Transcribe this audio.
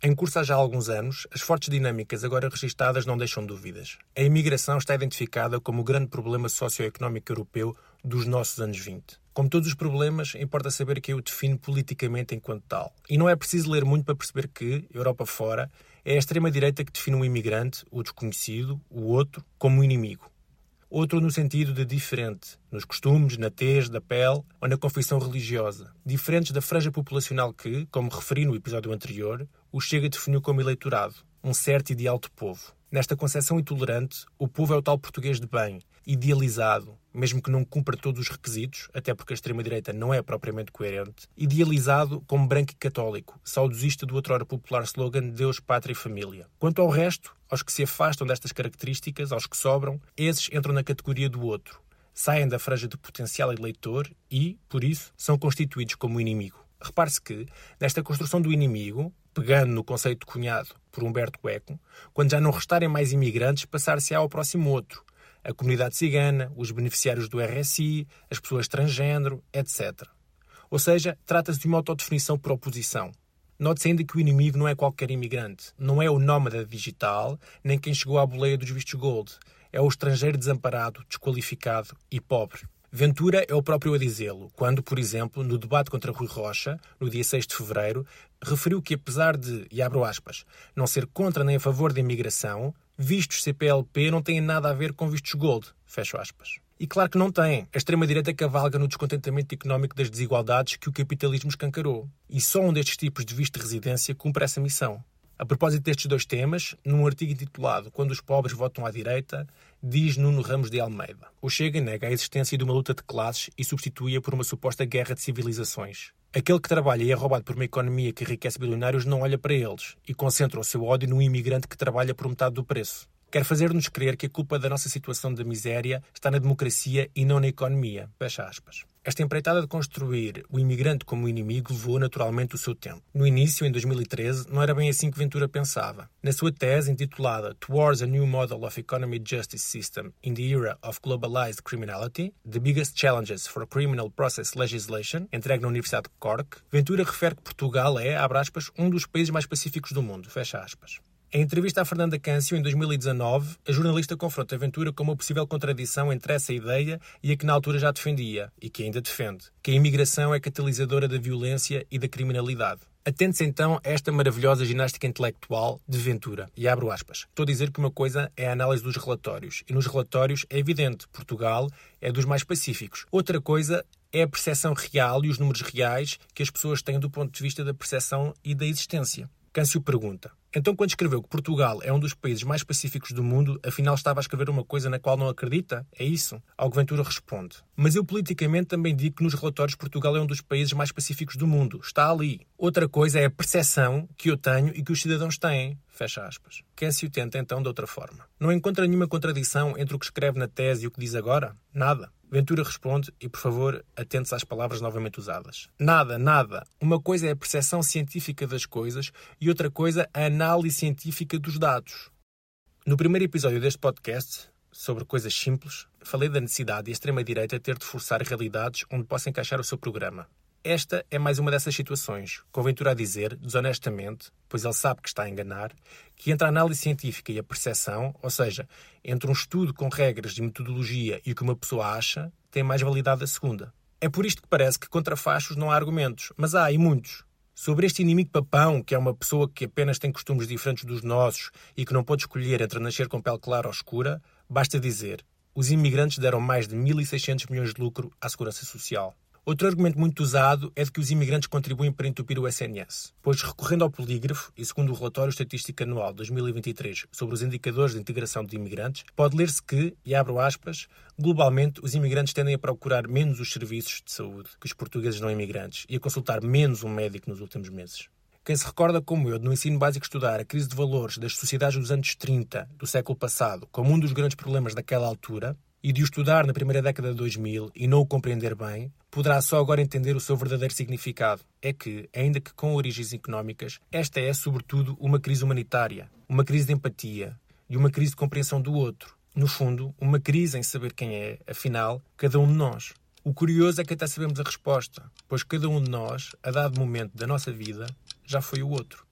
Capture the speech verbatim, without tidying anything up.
Em curso há já alguns anos, as fortes dinâmicas agora registadas não deixam dúvidas. A imigração está identificada como o grande problema socioeconómico europeu dos nossos anos vinte. Como todos os problemas, importa saber quem o define politicamente enquanto tal. E não é preciso ler muito para perceber que, Europa fora, é a extrema-direita que define o imigrante, o desconhecido, o outro, como o inimigo. Outro no sentido de diferente, nos costumes, na tez, da pele ou na confissão religiosa. Diferentes da franja populacional que, como referi no episódio anterior, o Chega definiu como eleitorado, um certo ideal de povo. Nesta concepção intolerante, o povo é o tal português de bem, idealizado, mesmo que não cumpra todos os requisitos, até porque a extrema-direita não é propriamente coerente, idealizado como branco e católico, saudosista do outrora popular slogan Deus, Pátria e Família. Quanto ao resto, aos que se afastam destas características, aos que sobram, esses entram na categoria do outro, saem da franja de potencial eleitor e, por isso, são constituídos como inimigo. Repare-se que, nesta construção do inimigo, pegando no conceito cunhado por Humberto Eco, quando já não restarem mais imigrantes, passar-se-á ao próximo outro, a comunidade cigana, os beneficiários do R S I, as pessoas transgênero, etcétera. Ou seja, trata-se de uma autodefinição por oposição. Note-se ainda que o inimigo não é qualquer imigrante, não é o nómada digital, nem quem chegou à boleia dos vistos gold, é o estrangeiro desamparado, desqualificado e pobre. Ventura é o próprio a dizê-lo, quando, por exemplo, no debate contra Rui Rocha, no dia seis de fevereiro, referiu que apesar de, e abro aspas, não ser contra nem a favor da imigração, vistos C P L P não têm nada a ver com vistos gold, fecho aspas. E claro que não têm. A extrema-direita cavalga no descontentamento económico das desigualdades que o capitalismo escancarou. E só um destes tipos de visto de residência cumpre essa missão. A propósito destes dois temas, num artigo intitulado Quando os pobres votam à direita, diz Nuno Ramos de Almeida: o Chega nega a existência de uma luta de classes e substitui-a por uma suposta guerra de civilizações. Aquele que trabalha e é roubado por uma economia que enriquece bilionários não olha para eles e concentra o seu ódio no imigrante que trabalha por metade do preço. Quer fazer-nos crer que a culpa da nossa situação de miséria está na democracia e não na economia. Fecha aspas. Esta empreitada de construir o imigrante como inimigo levou naturalmente o seu tempo. No início, em dois mil e treze, não era bem assim que Ventura pensava. Na sua tese, intitulada Towards a New Model of Economic Justice System in the Era of Globalized Criminality, The Biggest Challenges for Criminal Process Legislation, entregue na Universidade de Cork, Ventura refere que Portugal é, abre aspas, um dos países mais pacíficos do mundo. Fecha aspas. Em entrevista a Fernanda Câncio, em dois mil e dezanove, a jornalista confronta Ventura com uma possível contradição entre essa ideia e a que na altura já defendia, e que ainda defende, que a imigração é catalisadora da violência e da criminalidade. Atente-se então a esta maravilhosa ginástica intelectual de Ventura, e abro aspas. Estou a dizer que uma coisa é a análise dos relatórios, e nos relatórios é evidente, Portugal é dos mais pacíficos. Outra coisa é a percepção real e os números reais que as pessoas têm do ponto de vista da percepção e da existência. Câncio pergunta: então quando escreveu que Portugal é um dos países mais pacíficos do mundo, afinal estava a escrever uma coisa na qual não acredita? É isso? Ao que Ventura responde: mas eu politicamente também digo que nos relatórios Portugal é um dos países mais pacíficos do mundo. Está ali. Outra coisa é a percepção que eu tenho e que os cidadãos têm. Fecha aspas. Câncio tenta então de outra forma. Não encontra nenhuma contradição entre o que escreve na tese e o que diz agora? Nada. Ventura responde, e por favor, atente-se às palavras novamente usadas. Nada, nada. Uma coisa é a percepção científica das coisas e outra coisa a análise científica dos dados. No primeiro episódio deste podcast, sobre coisas simples, falei da necessidade de a extrema-direita ter de forçar realidades onde possa encaixar o seu programa. Esta é mais uma dessas situações, com Ventura a dizer, desonestamente, pois ele sabe que está a enganar, que entre a análise científica e a percepção, ou seja, entre um estudo com regras de metodologia e o que uma pessoa acha, tem mais validade a segunda. É por isto que parece que contra fachos não há argumentos, mas há, e muitos. Sobre este inimigo papão, que é uma pessoa que apenas tem costumes diferentes dos nossos e que não pode escolher entre nascer com pele clara ou escura, basta dizer, os imigrantes deram mais de mil e seiscentos milhões de lucro à Segurança Social. Outro argumento muito usado é de que os imigrantes contribuem para entupir o S N S, pois recorrendo ao polígrafo, e segundo o relatório estatístico anual de dois mil e vinte e três sobre os indicadores de integração de imigrantes, pode ler-se que, e abro aspas, globalmente os imigrantes tendem a procurar menos os serviços de saúde que os portugueses não imigrantes e a consultar menos um médico nos últimos meses. Quem se recorda, como eu, de no ensino básico estudar a crise de valores das sociedades dos anos trinta do século passado como um dos grandes problemas daquela altura, e de o estudar na primeira década de dois mil e não o compreender bem, poderá só agora entender o seu verdadeiro significado. É que, ainda que com origens económicas, esta é, sobretudo, uma crise humanitária, uma crise de empatia e uma crise de compreensão do outro. No fundo, uma crise em saber quem é, afinal, cada um de nós. O curioso é que até sabemos a resposta, pois cada um de nós, a dado momento da nossa vida, já foi o outro.